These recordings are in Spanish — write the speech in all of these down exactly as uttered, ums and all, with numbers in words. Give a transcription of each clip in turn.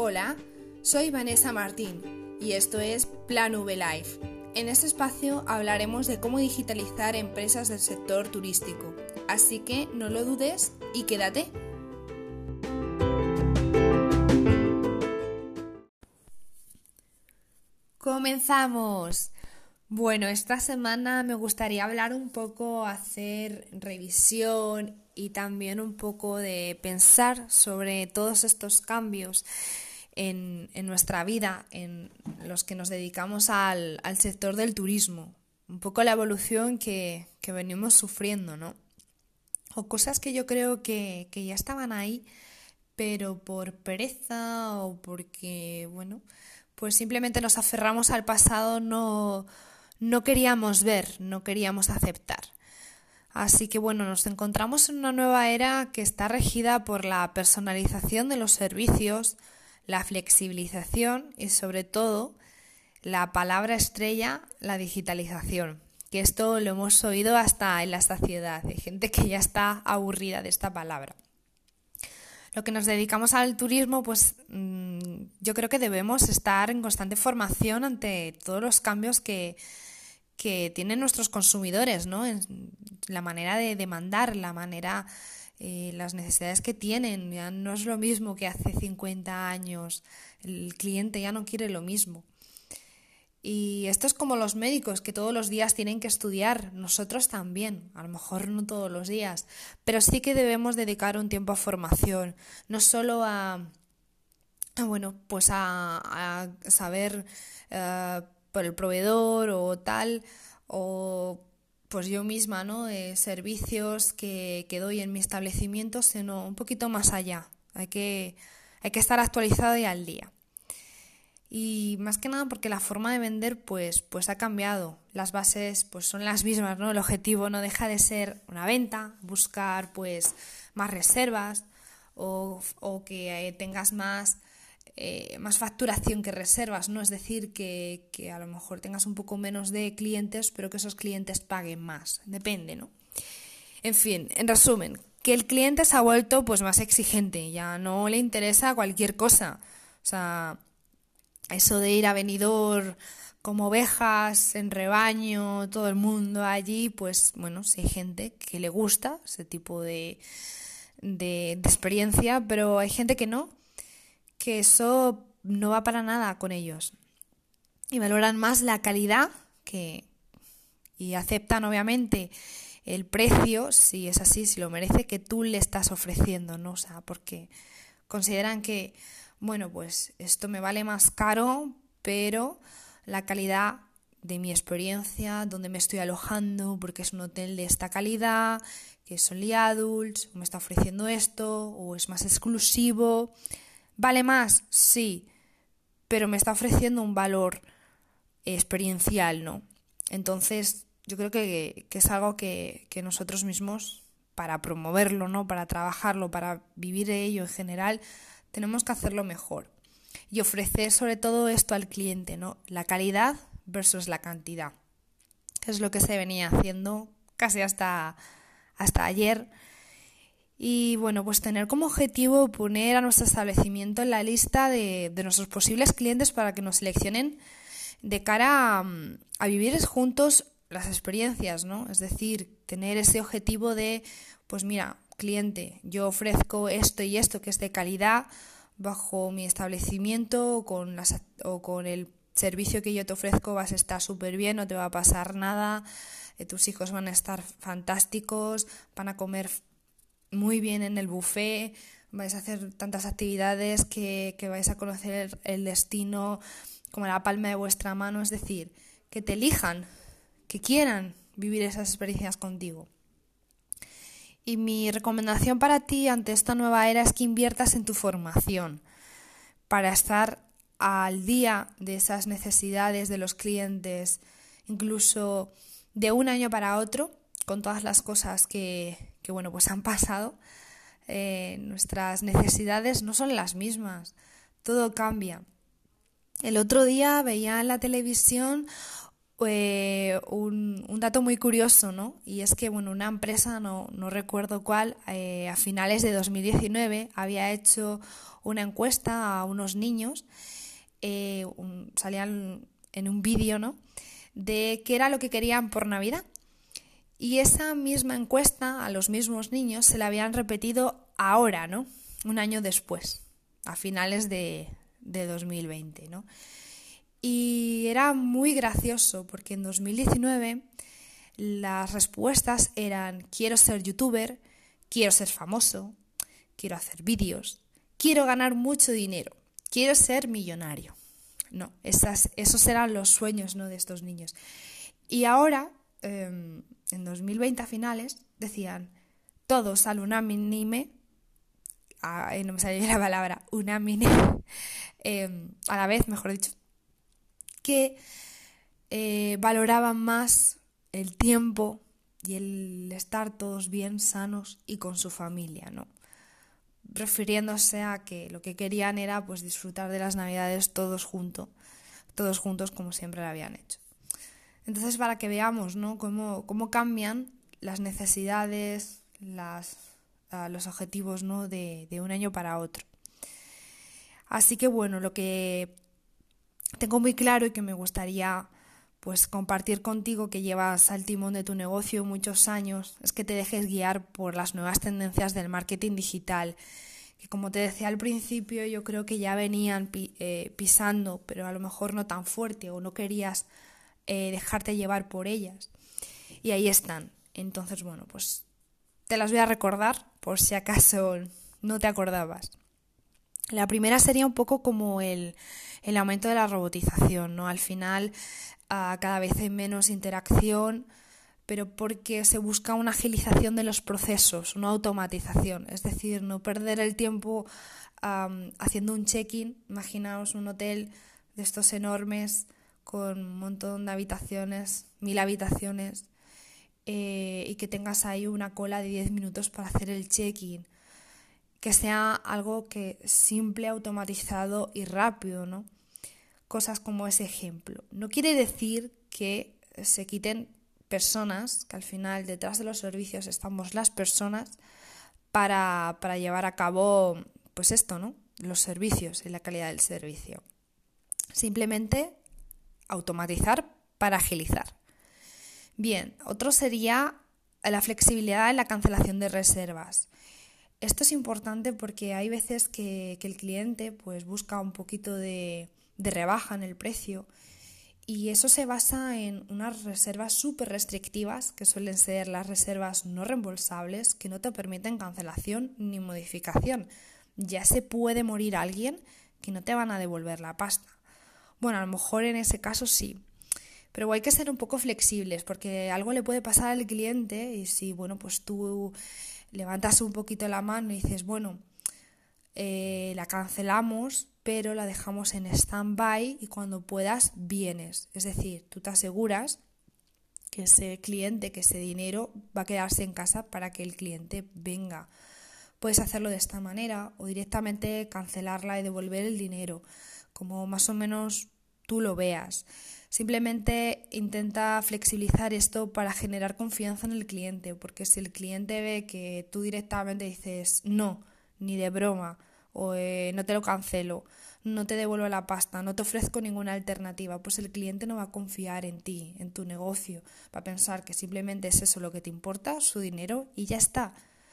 Hola, soy Vanessa Martín y esto es Plan V Life. En este espacio hablaremos de cómo digitalizar empresas del sector turístico, así que no lo dudes y quédate. ¡Comenzamos! Bueno, esta semana me gustaría hablar un poco, hacer revisión y también un poco de pensar sobre todos estos cambios en, en nuestra vida, en los que nos dedicamos al, al sector del turismo. Un poco la evolución que, que venimos sufriendo, ¿no? O cosas que yo creo que, que ya estaban ahí, pero por pereza o porque, bueno, pues simplemente nos aferramos al pasado, no, no queríamos ver, no queríamos aceptar. Así que bueno, nos encontramos en una nueva era que está regida por la personalización de los servicios, la flexibilización y sobre todo la palabra estrella, la digitalización. Que esto lo hemos oído hasta en la saciedad. Hay gente que ya está aburrida de esta palabra. Lo que nos dedicamos al turismo, pues mmm, yo creo que debemos estar en constante formación ante todos los cambios que, que tienen nuestros consumidores, ¿no? En la manera de demandar, la manera, eh, las necesidades que tienen. Ya no es lo mismo que hace cincuenta años. El cliente ya no quiere lo mismo. Y esto es como los médicos que todos los días tienen que estudiar, nosotros también, a lo mejor no todos los días, pero sí que debemos dedicar un tiempo a formación, no solo a, a bueno, pues a, a saber uh, por el proveedor o tal, o pues yo misma, ¿no? Eh, servicios que, que doy en mi establecimiento, sino un poquito más allá, hay que, hay que estar actualizado y al día. Y más que nada porque la forma de vender pues, pues ha cambiado. Las bases pues son las mismas, ¿no? El objetivo no deja de ser una venta, buscar pues más reservas o, o que eh, tengas más, eh, más facturación que reservas, ¿no? Es decir, que, que a lo mejor tengas un poco menos de clientes, pero que esos clientes paguen más. Depende, ¿no? En fin, en resumen, que el cliente se ha vuelto pues más exigente, ya no le interesa cualquier cosa. O sea, eso de ir a Benidorm como ovejas en rebaño, todo el mundo allí, pues bueno, sí hay gente que le gusta ese tipo de, de, de experiencia, pero hay gente que no, que eso no va para nada con ellos. Y valoran más la calidad que, y aceptan obviamente el precio, si es así, si lo merece, que tú le estás ofreciendo, ¿no? O sea, porque consideran que bueno, pues esto me vale más caro, pero la calidad de mi experiencia, donde me estoy alojando, porque es un hotel de esta calidad, que es only adults, o me está ofreciendo esto, o es más exclusivo. ¿Vale más? Sí, pero me está ofreciendo un valor experiencial, ¿no? Entonces, yo creo que, que es algo que, que nosotros mismos, para promoverlo, ¿no? Para trabajarlo, para vivir de ello en general, tenemos que hacerlo mejor y ofrecer sobre todo esto al cliente, ¿no? La calidad versus la cantidad, que es lo que se venía haciendo casi hasta, hasta ayer. Y bueno, pues tener como objetivo poner a nuestro establecimiento en la lista de, de nuestros posibles clientes para que nos seleccionen de cara a, a vivir juntos las experiencias, ¿no? Es decir, tener ese objetivo de, pues mira, cliente, yo ofrezco esto y esto que es de calidad bajo mi establecimiento o con, las, o con el servicio que yo te ofrezco vas a estar súper bien, no te va a pasar nada, eh, tus hijos van a estar fantásticos, van a comer muy bien en el buffet, vais a hacer tantas actividades que, que vais a conocer el destino como la palma de vuestra mano, es decir, que te elijan, que quieran vivir esas experiencias contigo. Y mi recomendación para ti ante esta nueva era es que inviertas en tu formación para estar al día de esas necesidades de los clientes, incluso de un año para otro, con todas las cosas que, que bueno, pues han pasado. Eh, nuestras necesidades no son las mismas, todo cambia. El otro día veía en la televisión eh, un, un dato muy curioso, ¿no? Y es que, bueno, una empresa, no, no recuerdo cuál, eh, a finales de dos mil diecinueve había hecho una encuesta a unos niños, eh, un, salían en un vídeo, ¿no?, de qué era lo que querían por Navidad. Y esa misma encuesta a los mismos niños se la habían repetido ahora, ¿no?, un año después, a finales de, de dos mil veinte, ¿no? Y era muy gracioso porque en dos mil diecinueve las respuestas eran: quiero ser youtuber, quiero ser famoso, quiero hacer vídeos, quiero ganar mucho dinero, quiero ser millonario. No, esas, esos eran los sueños, ¿no?, de estos niños. Y ahora, eh, en dos mil veinte a finales, decían todos al unánime, a, no me salía la palabra, unánime, eh, a la vez, mejor dicho, que eh, valoraban más el tiempo y el estar todos bien sanos y con su familia, ¿no? Refiriéndose a que lo que querían era pues disfrutar de las Navidades todos juntos, todos juntos como siempre lo habían hecho. Entonces, para que veamos, ¿no?, cómo, cómo cambian las necesidades, las, uh, los objetivos, ¿no?, de, de un año para otro. Así que bueno, lo que tengo muy claro y que me gustaría pues compartir contigo, que llevas al timón de tu negocio muchos años, es que te dejes guiar por las nuevas tendencias del marketing digital, que como te decía al principio, yo creo que ya venían pi- eh, pisando, pero a lo mejor no tan fuerte, o no querías eh, dejarte llevar por ellas. Y ahí están. Entonces, bueno, pues te las voy a recordar por si acaso no te acordabas. La primera sería un poco como el, el aumento de la robotización, ¿no? Al final uh, cada vez hay menos interacción, pero porque se busca una agilización de los procesos, una automatización, es decir, no perder el tiempo um, haciendo un check-in. Imaginaos un hotel de estos enormes con un montón de habitaciones, mil habitaciones, eh, y que tengas ahí una cola de diez minutos para hacer el check-in. Que sea algo que simple, automatizado y rápido, ¿no? Cosas como ese ejemplo. No quiere decir que se quiten personas, que al final detrás de los servicios estamos las personas para, para llevar a cabo, pues esto, ¿no?, los servicios y la calidad del servicio. Simplemente automatizar para agilizar. Bien, otro sería la flexibilidad en la cancelación de reservas. Esto es importante porque hay veces que, que el cliente pues busca un poquito de, de rebaja en el precio, y eso se basa en unas reservas súper restrictivas, que suelen ser las reservas no reembolsables, que no te permiten cancelación ni modificación. Ya se puede morir alguien que no te van a devolver la pasta. Bueno, a lo mejor en ese caso sí, pero hay que ser un poco flexibles porque algo le puede pasar al cliente, y si, bueno, pues tú levantas un poquito la mano y dices, bueno, eh, la cancelamos, pero la dejamos en stand-by y cuando puedas vienes. Es decir, tú te aseguras que ese cliente, que ese dinero va a quedarse en casa para que el cliente venga. Puedes hacerlo de esta manera o directamente cancelarla y devolver el dinero, como más o menos tú lo veas. Simplemente intenta flexibilizar esto para generar confianza en el cliente, porque si el cliente ve que tú directamente dices no, ni de broma, o eh, no te lo cancelo, no te devuelvo la pasta, no te ofrezco ninguna alternativa, pues el cliente no va a confiar en ti, en tu negocio, va a pensar que simplemente es eso lo que te importa, su dinero, y ya está.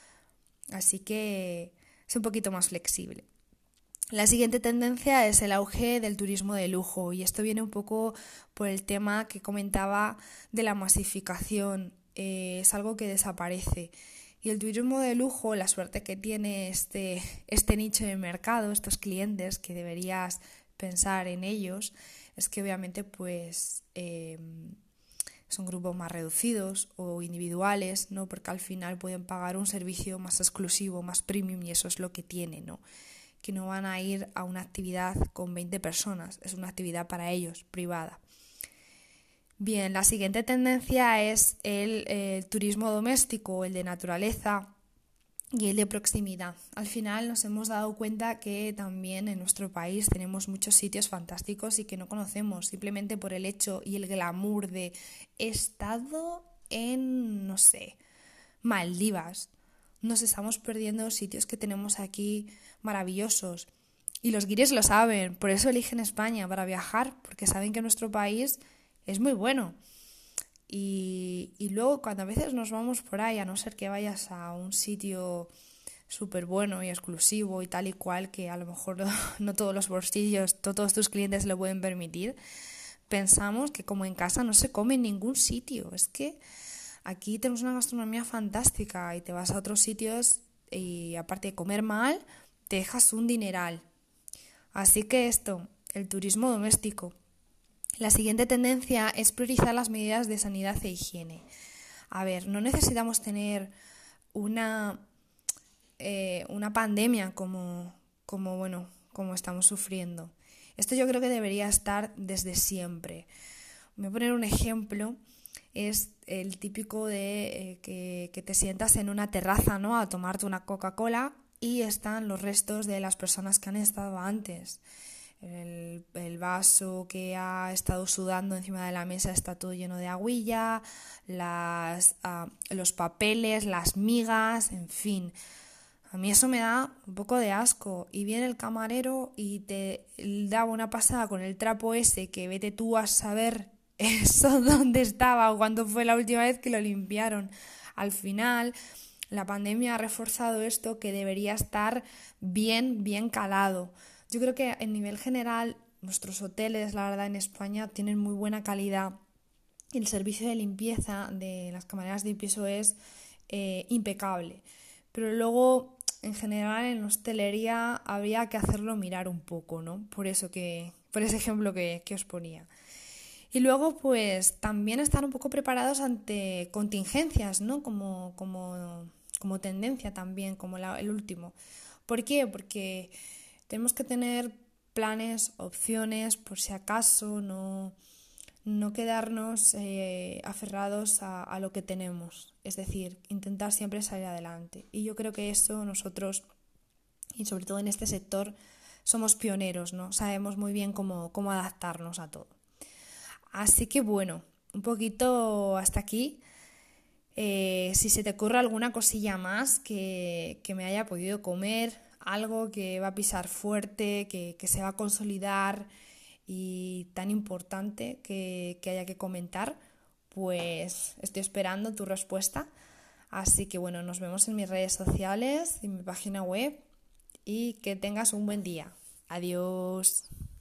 Así que es un poquito más flexible. La siguiente tendencia es el auge del turismo de lujo, y esto viene un poco por el tema que comentaba de la masificación. Eh, es algo que desaparece. Y el turismo de lujo, la suerte que tiene este, este nicho de mercado, estos clientes que deberías pensar en ellos, es que obviamente pues eh, son grupos más reducidos o individuales, ¿no? Porque al final pueden pagar un servicio más exclusivo, más premium, y eso es lo que tiene, ¿no? Que no van a ir a una actividad con veinte personas, es una actividad para ellos, privada. Bien, la siguiente tendencia es el, el turismo doméstico, el de naturaleza, y el de proximidad. Al final nos hemos dado cuenta que también en nuestro país tenemos muchos sitios fantásticos y que no conocemos simplemente por el hecho y el glamour de he estado en, no sé, Maldivas. Nos estamos perdiendo sitios que tenemos aquí maravillosos. Y los guiris lo saben, por eso eligen España para viajar, porque saben que nuestro país es muy bueno. Y, y luego cuando a veces nos vamos por ahí, a no ser que vayas a un sitio súper bueno y exclusivo y tal y cual, que a lo mejor no, no todos los bolsillos, no todos tus clientes lo pueden permitir, pensamos que como en casa no se come en ningún sitio. Es que aquí tenemos una gastronomía fantástica y te vas a otros sitios y aparte de comer mal, te dejas un dineral. Así que esto, el turismo doméstico. La siguiente tendencia es priorizar las medidas de sanidad e higiene. A ver, no necesitamos tener una, eh, una pandemia como, como, bueno, como estamos sufriendo. Esto yo creo que debería estar desde siempre. Voy a poner un ejemplo. Es el típico de eh, que, que te sientas en una terraza, ¿no?, a tomarte una Coca-Cola y están los restos de las personas que han estado antes. El, el vaso que ha estado sudando encima de la mesa está todo lleno de agüilla, las, uh, los papeles, las migas, en fin. A mí eso me da un poco de asco. Y viene el camarero y te da una pasada con el trapo ese que vete tú a saber eso dónde estaba o cuándo fue la última vez que lo limpiaron. Al final, la pandemia ha reforzado esto que debería estar bien, bien calado. Yo creo que en nivel general nuestros hoteles, la verdad, en España tienen muy buena calidad y el servicio de limpieza de las camareras de piso es eh, impecable. Pero luego, en general, en hostelería habría que hacerlo mirar un poco, ¿no? Por eso que, por ese ejemplo que, que os ponía. Y luego, pues, también estar un poco preparados ante contingencias, ¿no? Como, como, como tendencia también, como la, el último. ¿Por qué? Porque tenemos que tener planes, opciones, por si acaso, no, no quedarnos eh, aferrados a, a lo que tenemos. Es decir, intentar siempre salir adelante. Y yo creo que eso nosotros, y sobre todo en este sector, somos pioneros, ¿no? Sabemos muy bien cómo, cómo adaptarnos a todo. Así que bueno, un poquito hasta aquí. Eh, si se te ocurre alguna cosilla más que, que me haya podido comer, algo que va a pisar fuerte, que, que se va a consolidar y tan importante que, que haya que comentar, pues estoy esperando tu respuesta. Así que bueno, nos vemos en mis redes sociales, en mi página web y que tengas un buen día. Adiós.